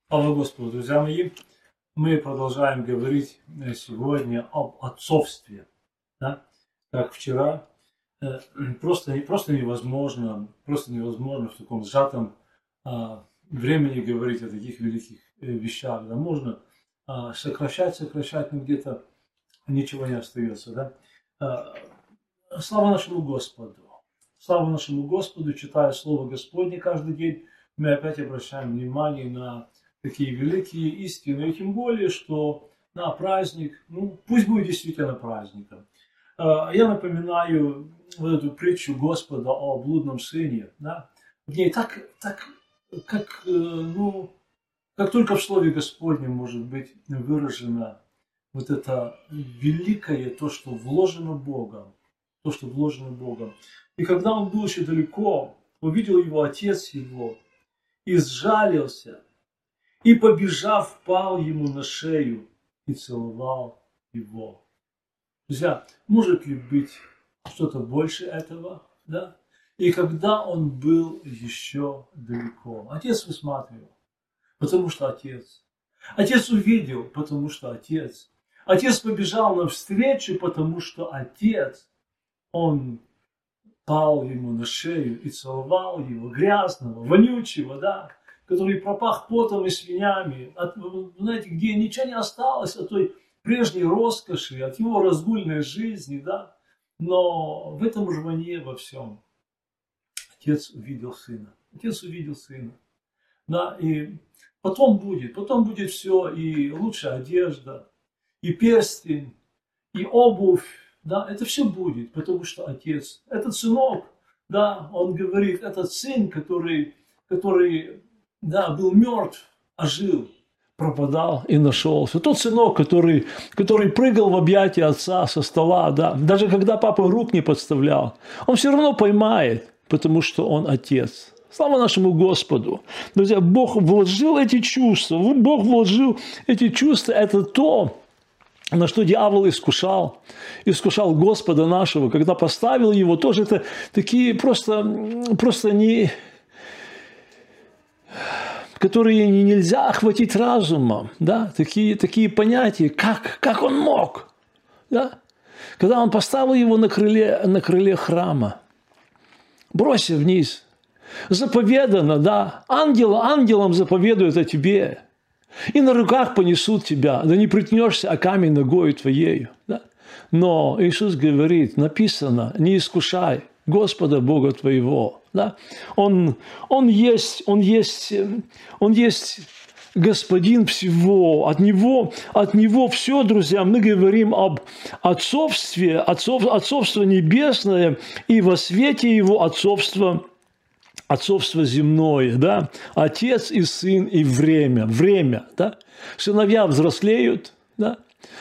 Слава Господу, друзья мои! Мы продолжаем говорить сегодня об отцовстве. Да? Как вчера, просто невозможно в таком сжатом времени говорить о таких великих вещах. Да? Можно сокращать, но где-то ничего не остается. Да? Слава нашему Господу! Слава нашему Господу! Читая Слово Господне каждый день, мы опять обращаем внимание на такие великие истины, и тем более, что на праздник, пусть будет действительно праздником. Я напоминаю вот эту притчу Господа о блудном сыне. Да? В ней как только в Слове Господнем может быть выражено вот это великое, то, что вложено Богом. И когда он был еще далеко, увидел его отец его и сжалился, и, побежав, пал ему на шею и целовал его. Друзья, может ли быть что-то больше этого? Да? И когда он был еще далеко, отец высматривал, потому что отец. Отец увидел, потому что отец. Отец побежал навстречу, потому что отец. Он пал ему на шею и целовал его, грязного, вонючего, да, который пропах потом и свинями, знаете, где ничего не осталось от той прежней роскоши, от его разгульной жизни, да, но в этом рванье во всем отец увидел сына, да, и потом будет все, и лучшая одежда, и перстень, и обувь, да, это все будет, потому что отец, этот сынок, да, он говорит, этот сын, который да, был мертв, а жил, пропадал и нашелся. Тот сынок, который прыгал в объятия отца со стола, да, даже когда папа рук не подставлял, он все равно поймает, потому что он отец. Слава нашему Господу! Друзья, Бог вложил эти чувства, это то, на что дьявол искушал Господа нашего, когда поставил его, тоже это такие просто не... которые нельзя охватить разумом, да, такие понятия, как он мог, да, когда он поставил его на крыле храма, бросив вниз, заповедано, да, ангелам заповедуют о тебе, и на руках понесут тебя, да не приткнешься о камень ногою твоею, да. Но Иисус говорит, написано, не искушай Господа Бога твоего, да. Он есть Господин всего, от Него все, друзья, мы говорим об отцовстве небесное, и во свете Его отцовство земное, да, Отец и Сын и время, да, сыновья взрослеют, да,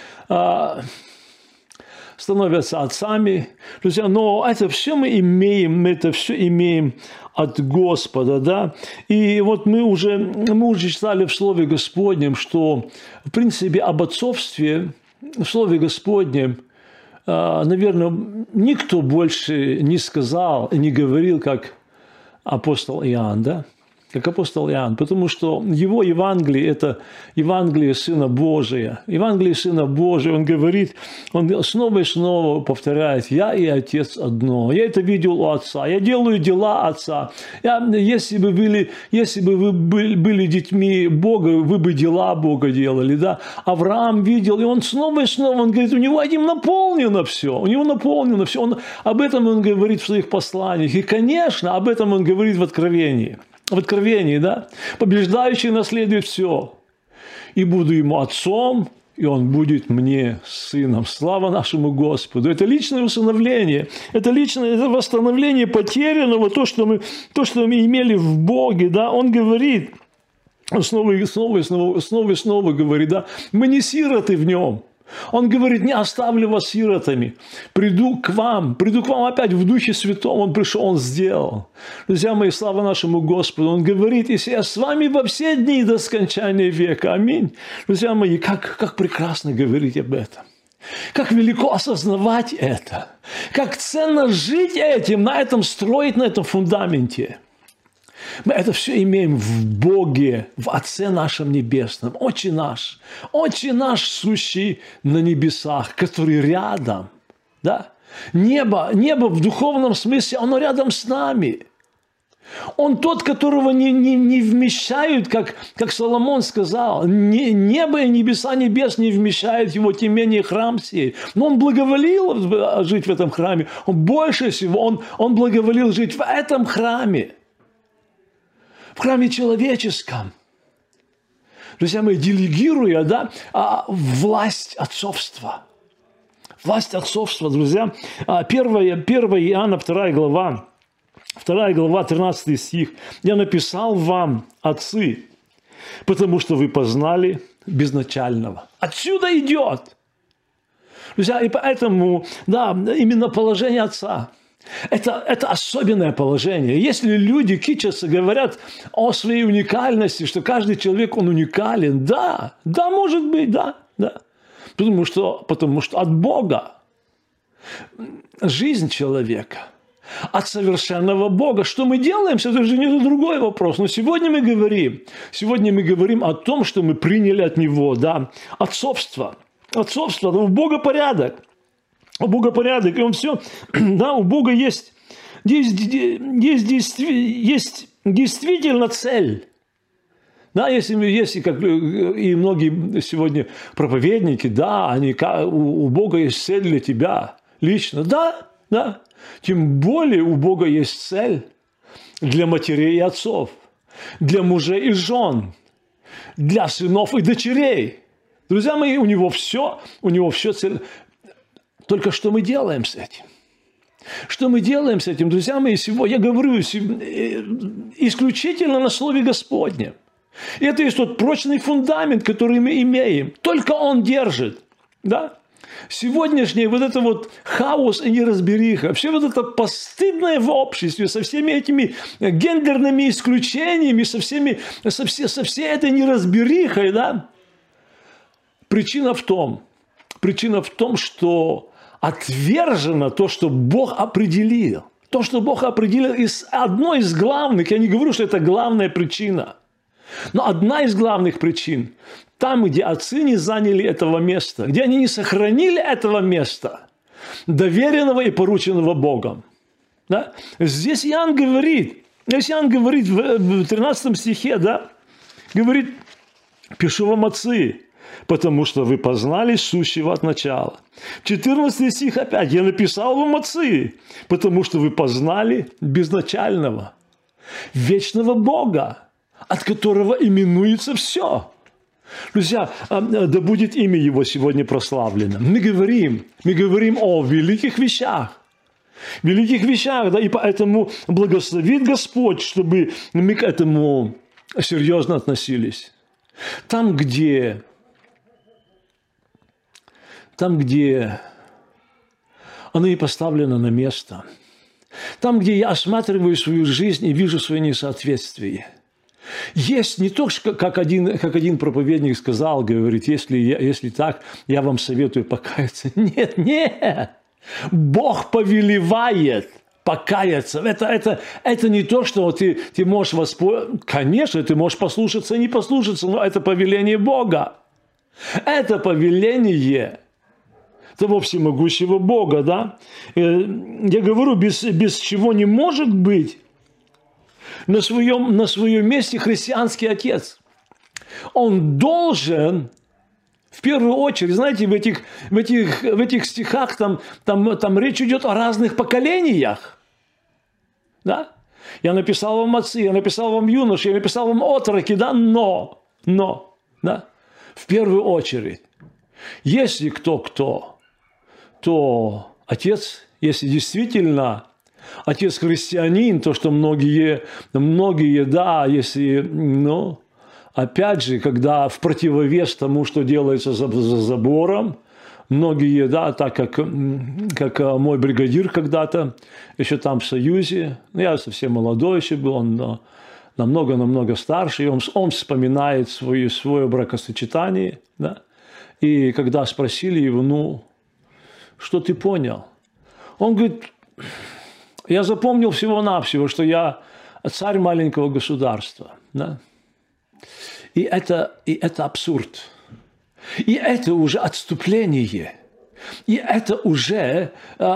становятся отцами, друзья, но это все мы имеем от Господа, да, и вот мы уже читали в Слове Господнем, что, в принципе, об отцовстве в Слове Господнем, наверное, никто больше не сказал и не говорил, как апостол Иоанн, да? Как апостол Иоанн, потому что его Евангелие – это Евангелие Сына Божия. Евангелие Сына Божия, он говорит, он снова и снова повторяет: «Я и Отец одно, я это видел у Отца, я делаю дела Отца». Если бы вы были детьми Бога, вы бы дела Бога делали, да? Авраам видел, и он снова и снова, он говорит, у него этим наполнено все, об этом он говорит в своих посланиях, и, конечно, об этом он говорит в Откровении. Да? Побеждающий наследует все. И буду ему отцом, и он будет мне сыном. Слава нашему Господу. Это личное усыновление. Это восстановление потерянного, то, что мы имели в Боге. Да? Он говорит, снова и снова говорит, да? Мы не сироты в нем. Он говорит, не оставлю вас сиротами, приду к вам опять в Духе Святом. Он пришел, он сделал. Друзья мои, слава нашему Господу. Он говорит, если я с вами во все дни до скончания века. Аминь. Друзья мои, как прекрасно говорить об этом. Как велико осознавать это. Как ценно жить этим, на этом строить, на этом фундаменте. Мы это все имеем в Боге, в Отце нашем Небесном. Отче наш, сущий на небесах, который рядом. Да? Небо в духовном смысле, оно рядом с нами. Он тот, которого не вмещают, как Соломон сказал, небо и небеса небес не вмещают его, тем менее храм сей. Но он благоволил жить в этом храме. Он больше всего, он благоволил жить в этом храме. В храме человеческом. Друзья мои, делегируя, власть отцовства. Власть отцовства, друзья. 1 Иоанна, 2 глава, 13 стих. «Я написал вам, отцы, потому что вы познали безначального». Отсюда идет. Друзья, и поэтому, именно положение отца. Это особенное положение. Если люди кичатся, говорят о своей уникальности, что каждый человек, он уникален, да, может быть, да. Потому что от Бога жизнь человека, от совершенного Бога. Что мы делаем, это же не другой вопрос. Но сегодня мы говорим о том, что мы приняли от Него, отцовство. Отцовство, у Бога порядок. У Бога порядок, и Он все, у Бога есть действительно цель. Если как и многие сегодня проповедники, у Бога есть цель для тебя лично. Да. Тем более у Бога есть цель для матерей и отцов, для мужей и жен, для сынов и дочерей. Друзья мои, у него все цель. Только что мы делаем с этим? Что мы делаем с этим, друзья мои? Я говорю исключительно на Слове Господнем. И это есть тот прочный фундамент, который мы имеем. Только он держит. Да? Сегодняшний хаос и неразбериха, все это постыдное в обществе, со всеми этими гендерными исключениями, со всей этой неразберихой, причина в том, что отвержено то, что Бог определил. То, что Бог определил, одной из главных, я не говорю, что это главная причина, но одна из главных причин, там, где отцы не заняли этого места, где они не сохранили этого места, доверенного и порученного Богом. Да? Здесь Иоанн говорит в 13 стихе, говорит, «Пишу вам, отцы, потому что вы познали сущего от начала». 14 стих опять. «Я написал вам, отцы, потому что вы познали безначального, вечного Бога, от которого именуется все». Друзья, да будет имя Его сегодня прославлено. Мы говорим о великих вещах. И поэтому благословит Господь, чтобы мы к этому серьезно относились. Там, где оно и поставлено на место. Там, где я осматриваю свою жизнь и вижу свои несоответствия. Есть не то, как один проповедник сказал, говорит, если так, я вам советую покаяться. Нет. Бог повелевает покаяться. Это не то, что ты можешь воспользоваться. Конечно, ты можешь послушаться и не послушаться, но это повеление Бога. Это повеление того всемогущего Бога, да? Я говорю, без чего не может быть на своем месте христианский отец. Он должен, в первую очередь, знаете, в этих стихах там речь идет о разных поколениях. Да? Я написал вам отцы, я написал вам юноши, я написал вам отроки, да, но, да, в первую очередь, если кто, то отец, если действительно отец христианин, то, что многие, да, если, опять же, когда в противовес тому, что делается за забором, многие, да, так как мой бригадир когда-то, еще там в Союзе, я совсем молодой еще был, он намного старше, и он вспоминает свое бракосочетание, да, и когда спросили его, что ты понял? Он говорит, я запомнил всего-навсего, что я царь маленького государства. Да? И это абсурд. И это уже отступление. И это уже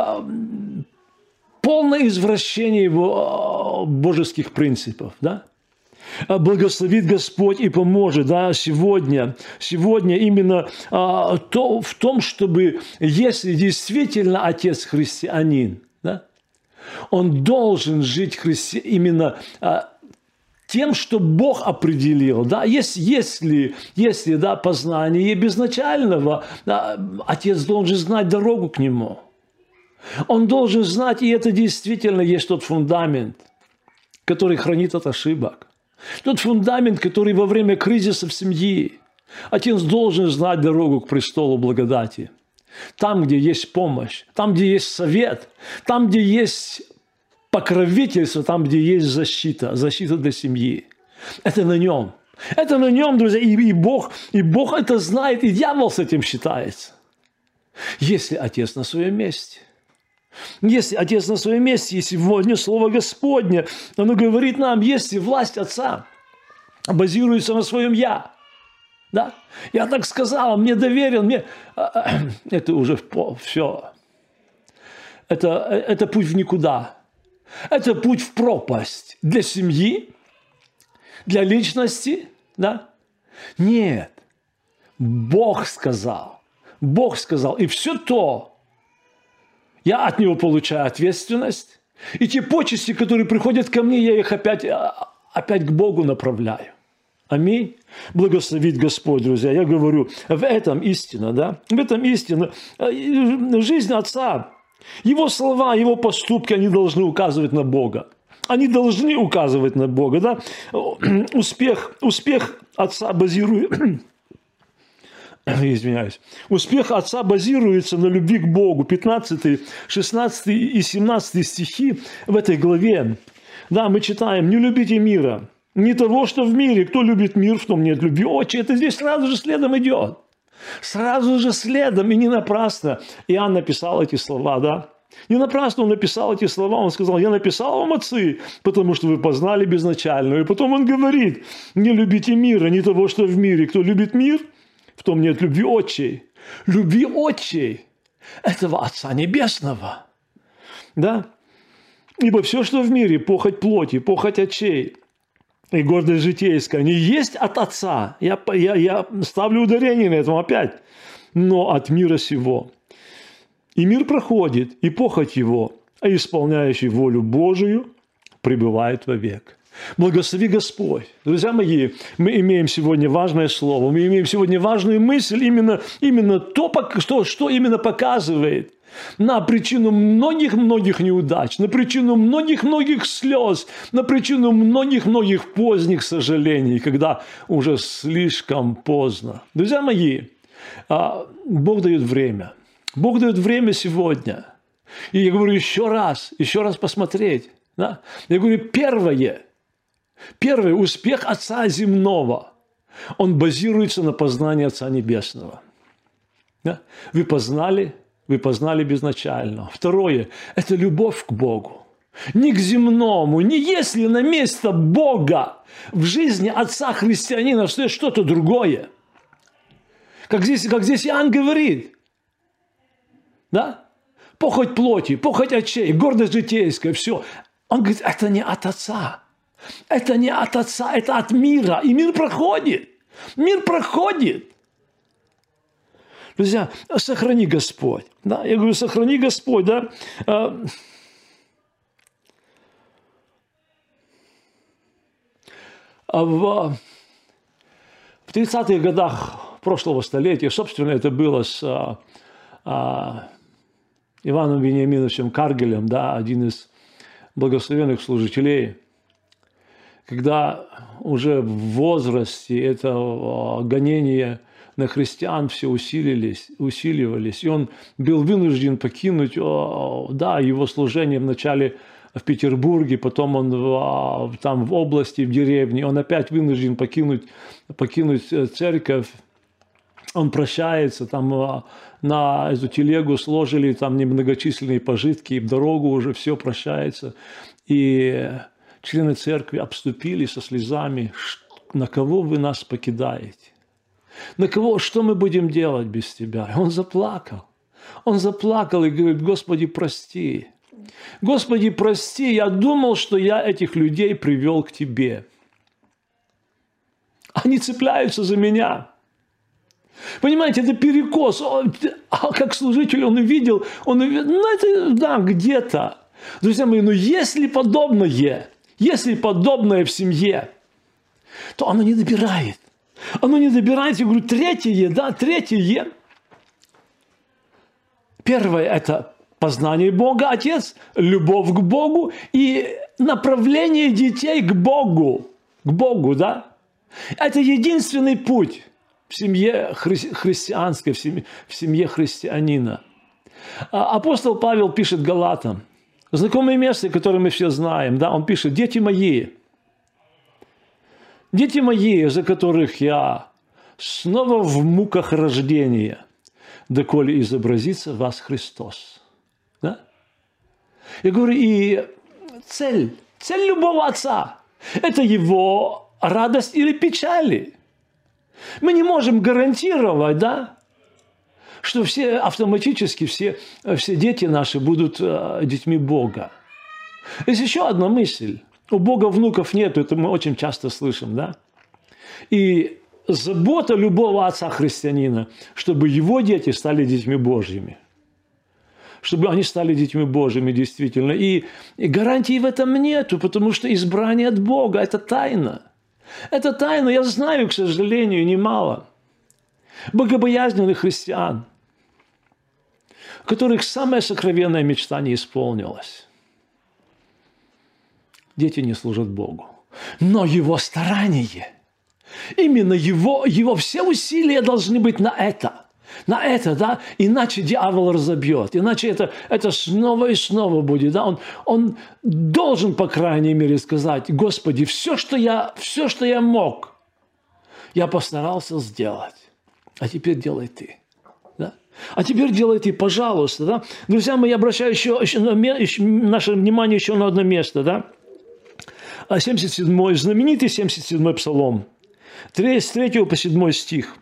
полное извращение его божеских принципов. Да? Благословит Господь и поможет, да, сегодня именно в том, чтобы, если действительно отец христианин, да, он должен жить именно тем, что Бог определил. Да, если да, познание безначального, да, отец должен знать дорогу к нему. Он должен знать, и это действительно есть тот фундамент, который хранит от ошибок. Тот фундамент, который во время кризисов семьи отец должен знать дорогу к престолу благодати. Там, где есть помощь, там, где есть совет, там, где есть покровительство, там, где есть защита для семьи. Это на нем. Это на нем, друзья. И Бог это знает, и дьявол с этим считается. Если отец на своем месте. Если отец на своем месте, и сегодня Слово Господне, оно говорит нам, если власть отца базируется на своем «я», да? Я так сказал, мне доверен, это уже все. Это путь в никуда. Это путь в пропасть для семьи, для личности, да? Нет. Бог сказал, и все то, я от него получаю ответственность, и те почести, которые приходят ко мне, я их опять к Богу направляю. Аминь. Благословит Господь, друзья. Я говорю, в этом истина, да? В этом истина. Жизнь отца, его слова, его поступки, они должны указывать на Бога. Они должны указывать на Бога, да? Успех отца базирует... Извиняюсь. Успех отца базируется на любви к Богу. 15, 16 и 17 стихи в этой главе. Да, мы читаем: «Не любите мира, не того, что в мире. Кто любит мир, в том нет любви». Отче, это здесь сразу же следом идет. Сразу же следом, и не напрасно Иоанн написал эти слова, да? Не напрасно он написал эти слова. Он сказал: «Я написал вам, отцы, потому что вы познали безначального». И потом он говорит: «Не любите мира, не того, что в мире. Кто любит мир, в том нет любви отчей». Любви отчей этого Отца Небесного. Да? «Ибо все, что в мире, похоть плоти, похоть очей и гордость житейская, они есть от Отца». Я ставлю ударение на этом опять. «Но от мира сего. И мир проходит, и похоть его, а исполняющий волю Божию пребывает вовек». Благослови Господь. Друзья мои, мы имеем сегодня важное слово, мы имеем сегодня важную мысль, именно то, что именно показывает на причину многих-многих неудач, на причину многих-многих слез, на причину многих-многих поздних сожалений, когда уже слишком поздно. Друзья мои, Бог дает время. Бог дает время сегодня. И я говорю еще раз посмотреть. Да? Я говорю, Первый успех Отца Земного, он базируется на познании Отца Небесного. Да? Вы познали безначального. Второе – это любовь к Богу. Не к земному, не если на место Бога в жизни Отца Христианина стоит что-то другое. Как здесь Иоанн говорит. Да? Похоть плоти, похоть очей, гордость житейская, все. Он говорит, это не от Отца. Это не от Отца, это от мира. И мир проходит. Мир проходит. Друзья, сохрани Господь. Да? Я говорю, сохрани Господь. Да? В 30-х годах прошлого столетия, собственно, это было с Иваном Вениаминовичем Каргелем, да, один из благословенных служителей, когда уже в возрасте это гонение на христиан все усиливались, и он был вынужден покинуть, да, его служение вначале в Петербурге, потом он там в области, в деревне, он опять вынужден покинуть церковь. Он прощается, там на эту телегу сложили там немногочисленные пожитки, и в дорогу уже все прощается. И члены церкви обступили со слезами: на кого вы нас покидаете? На кого, что мы будем делать без тебя? И он заплакал. Он заплакал и говорит: Господи, прости. Господи, прости, я думал, что я этих людей привел к тебе. Они цепляются за меня. Понимаете, это перекос. Как служитель он увидел, ну это, да, где-то. Друзья мои, но если подобное в семье, то оно не добирает. Оно не добирает, я говорю, третье. Первое – это познание Бога, Отец, любовь к Богу и направление детей к Богу, да. Это единственный путь в семье христианской, в семье христианина. Апостол Павел пишет Галатам, знакомое место, которое мы все знаем, да, он пишет: дети мои, за которых я снова в муках рождения, доколе изобразится вас Христос. Да? Я говорю, и цель любого отца – это его радость или печали. Мы не можем гарантировать, да, что все автоматически, все дети наши будут детьми Бога. Есть еще одна мысль. У Бога внуков нет, это мы очень часто слышим, да? И забота любого отца-христианина, чтобы его дети стали детьми Божьими. Чтобы они стали детьми Божьими, действительно. И гарантии в этом нету, потому что избрание от Бога – это тайна. Это тайна, я знаю, к сожалению, немало богобоязненных христиан, у которых самая сокровенная мечта не исполнилась. Дети не служат Богу. Но его старание, именно его все усилия должны быть на это, да, иначе дьявол разобьет, иначе это снова и снова будет, да, он должен, по крайней мере, сказать: Господи, все, что я мог, я постарался сделать, а теперь делай ты, да? А теперь делай ты, пожалуйста, да. Друзья мои, я обращаю еще наше внимание еще на одно место, да. 77-й, знаменитый 77-й псалом, с 3 по 7 стих.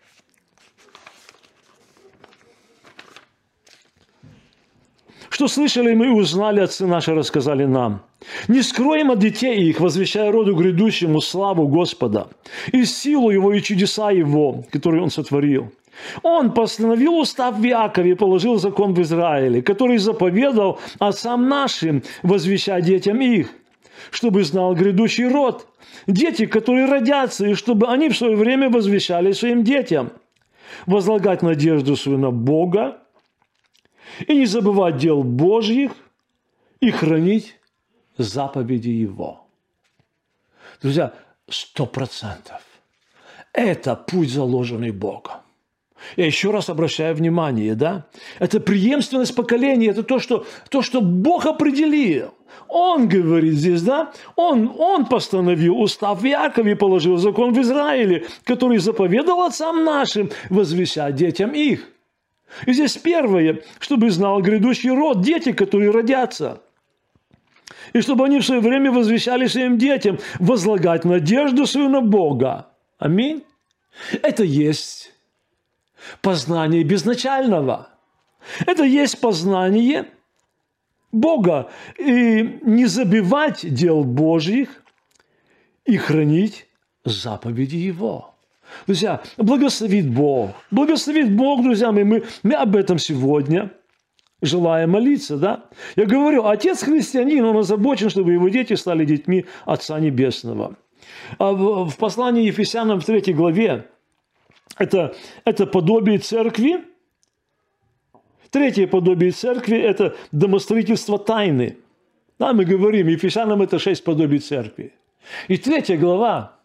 Что слышали мы и узнали, отцы наши рассказали нам. Не скроем от детей их, возвещая роду грядущему славу Господа, и силу Его, и чудеса Его, которые Он сотворил. Он постановил устав в Иакове и положил закон в Израиле, который заповедал отцам нашим возвещать детям их, чтобы знал грядущий род, дети, которые родятся, и чтобы они в свое время возвещали своим детям, возлагать надежду свою на Бога, и не забывать дел Божьих, и хранить заповеди Его. Друзья, 100%. Это путь, заложенный Богом. Я еще раз обращаю внимание, да? Это преемственность поколений, это то, что Бог определил. Он говорит здесь, да? Он постановил устав в Иакове и положил закон в Израиле, который заповедал отцам нашим возвещать детям их. И здесь первое, чтобы знал грядущий род, дети, которые родятся. И чтобы они в свое время возвещали своим детям, возлагать надежду свою на Бога. Аминь. Это есть познание безначального. Это есть познание Бога. И не забивать дел Божьих и хранить заповеди Его. Друзья, благословит Бог. Благословит Бог, друзья мои. Мы об этом сегодня желаем молиться, да? Я говорю, отец-христианин, он озабочен, чтобы его дети стали детьми Отца Небесного. А в послании Ефесянам в 3 главе это подобие церкви. Третье подобие церкви – это домостроительство тайны. Да, мы говорим, Ефесянам это 6 подобий церкви. И 3 глава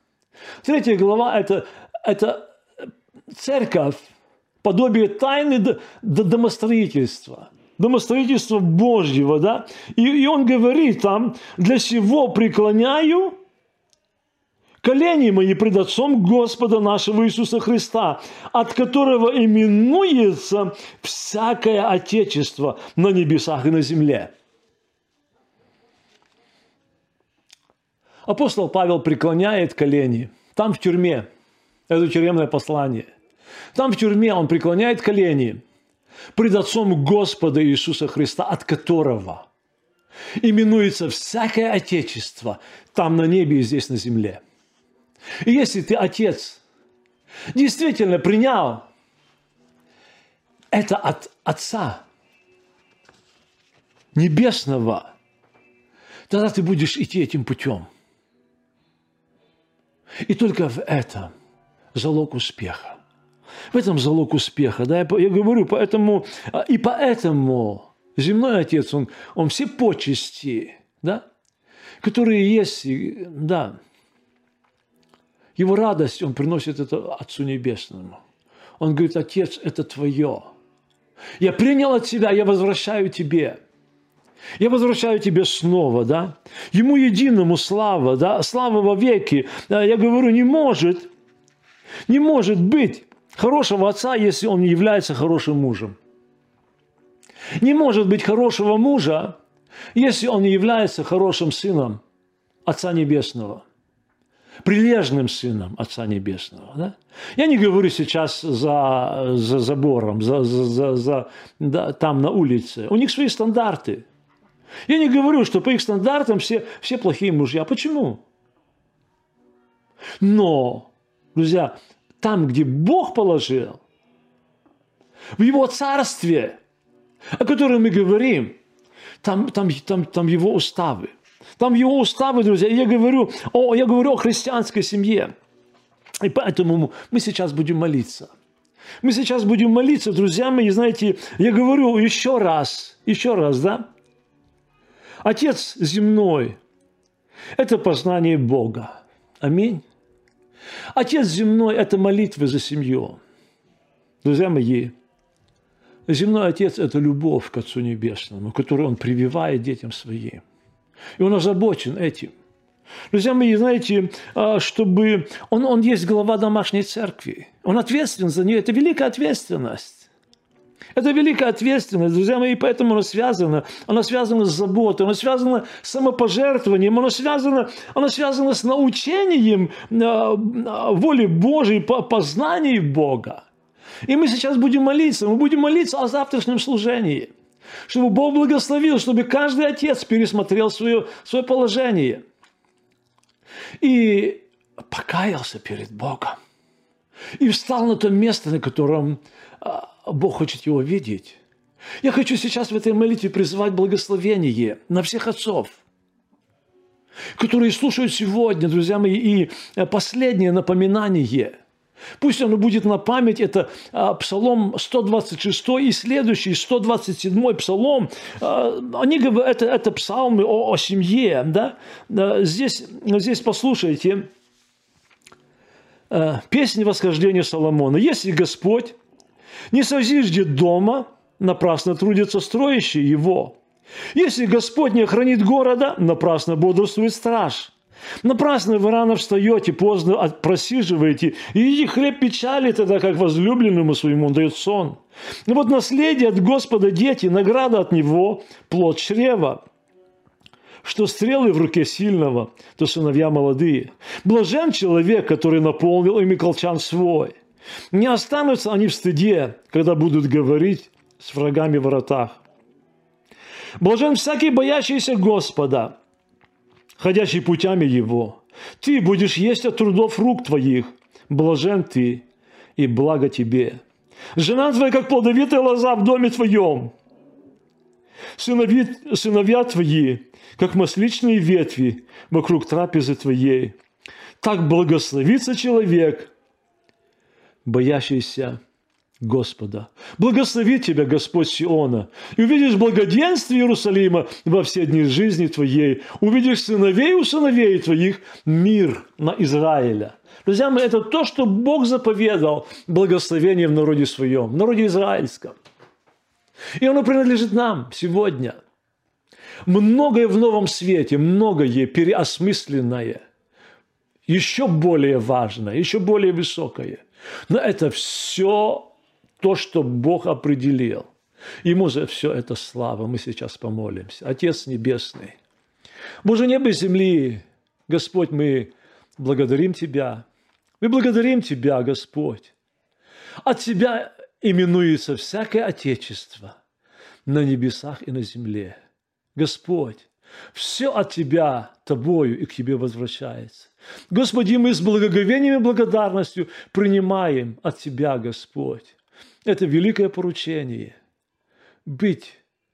это церковь, подобие тайны домостроительства. Домостроительства Божьего, да? И он говорит там: «Для сего преклоняю колени мои пред Отцом Господа нашего Иисуса Христа, от которого именуется всякое Отечество на небесах и на земле». Апостол Павел преклоняет колени. Там в тюрьме. Это тюремное послание. Там в тюрьме он преклоняет колени пред Отцом Господа Иисуса Христа, от которого именуется всякое Отечество там на небе и здесь на земле. И если ты, Отец, действительно принял это от Отца Небесного, тогда ты будешь идти этим путем. И только в этом залог успеха. В этом залог успеха. Да? Я говорю, поэтому земной Отец, он все почести, да, которые есть, да, его радость, он приносит это Отцу Небесному. Он говорит: Отец, это твое. Я принял от тебя, я возвращаю тебе. Я возвращаю тебе снова, да. Ему единому слава, да, слава во веки. Я говорю, не может быть хорошего отца, если он не является хорошим мужем. Не может быть хорошего мужа, если он не является хорошим сыном Отца Небесного, прилежным сыном Отца Небесного. Да? Я не говорю сейчас за забором, да, там на улице. У них свои стандарты. Я не говорю, что по их стандартам все плохие мужья. Почему? Но, друзья, там, где Бог положил, в Его Царстве, о котором мы говорим, там Его уставы. Там Его уставы, друзья. Я говорю о христианской семье. И поэтому мы сейчас будем молиться. Мы сейчас будем молиться, друзья мои. Знаете, я говорю еще раз, да? Отец земной – это познание Бога. Аминь. Отец земной – это молитвы за семью. Друзья мои, земной Отец – это любовь к Отцу Небесному, которую Он прививает детям своим. И Он озабочен этим. Друзья мои, знаете, чтобы он есть глава домашней церкви. Он ответственен за нее. Это великая ответственность. Это великая ответственность, друзья мои, поэтому она связана с заботой, она связана с самопожертвованием, она связана с научением воли Божией, познанием Бога. И мы сейчас будем молиться о завтрашнем служении, чтобы Бог благословил, чтобы каждый отец пересмотрел свое положение и покаялся перед Богом, и встал на то место, на котором Бог хочет его видеть. Я хочу сейчас в этой молитве призвать благословение на всех отцов, которые слушают сегодня, друзья мои, и последнее напоминание. Пусть оно будет на память, это Псалом 126 и следующий, 127 Псалом. Это псалмы о семье. Да? Здесь послушайте. Песня восхождения Соломона. «Если Господь не созиждет дома, напрасно трудятся строящие его. Если Господь не охранит города, напрасно бодрствует страж. Напрасно вы рано встаете, поздно просиживаете, и едите хлеб печали тогда, как возлюбленному своему он дает сон. Но вот наследие от Господа дети, награда от Него, плод чрева. Что стрелы в руке сильного, то сыновья молодые. Блажен человек, который наполнил ими колчан свой. Не останутся они в стыде, когда будут говорить с врагами в воротах. Блажен всякий, боящийся Господа, ходящий путями Его. Ты будешь есть от трудов рук твоих. Блажен ты, и благо тебе. Жена твоя, как плодовитая лоза в доме твоем. Сыновья твои, как масличные ветви вокруг трапезы твоей. Так благословится человек, боящийся Господа. Благословит тебя Господь Сиона, и увидишь благоденствие Иерусалима во все дни жизни твоей. Увидишь сыновей у сыновей твоих, мир на Израиля». Друзья мои, это то, что Бог заповедал, благословение в народе своем, в народе израильском. И оно принадлежит нам сегодня. Многое в новом свете, многое переосмысленное, еще более важное, еще более высокое. Но это все то, что Бог определил. Ему за все это слава. Мы сейчас помолимся. Отец Небесный, Боже неба и земли, Господь, мы благодарим Тебя. Мы благодарим Тебя, Господь. От Тебя именуется всякое Отечество на небесах и на земле. Господь, все от Тебя, Тобою и к Тебе возвращается. Господи, мы с благоговением и благодарностью принимаем от Тебя, Господь, это великое поручение быть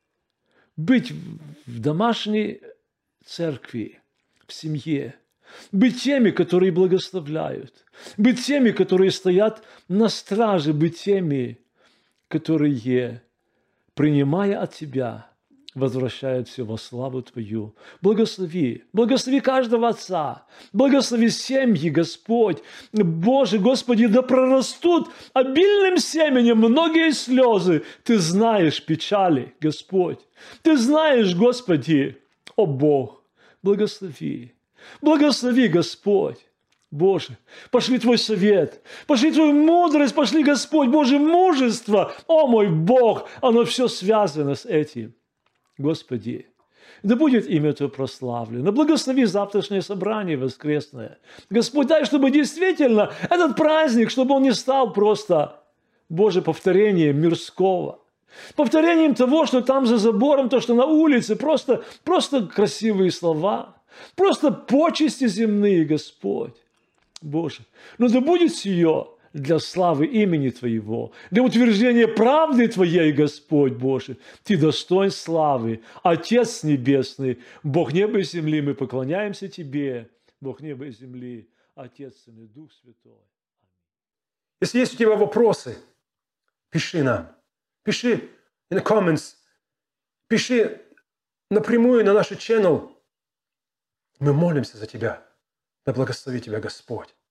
в домашней церкви, в семье, быть теми, которые благословляют, быть теми, которые стоят на страже, быть теми, которые, принимая от Тебя, возвращают все во славу Твою. Благослови каждого отца, благослови семьи, Господь. Боже, Господи, да прорастут обильным семенем многие слезы. Ты знаешь печали, Господь. Ты знаешь, Господи, о Бог, благослови, Господь. Боже, пошли Твой совет, пошли Твою мудрость, пошли, Господь, Боже, мужество. О, мой Бог, оно все связано с этим. Господи, да будет имя Твое прославлено. Благослови завтрашнее собрание воскресное. Господь, дай, чтобы действительно этот праздник, чтобы он не стал просто, Боже, повторением мирского. Повторением того, что там за забором, то, что на улице, просто красивые слова, просто почести земные, Господь. Боже, но да будет сие для славы имени Твоего, для утверждения правды Твоей, Господь Боже. Ты достоин славы, Отец Небесный, Бог неба и земли, мы поклоняемся Тебе, Бог неба и земли, Отец, Сын и Дух Святой. Если есть у тебя вопросы, пиши нам. Пиши in the comments. Пиши напрямую на наш channel. Мы молимся за тебя. Да благослови тебя Господь.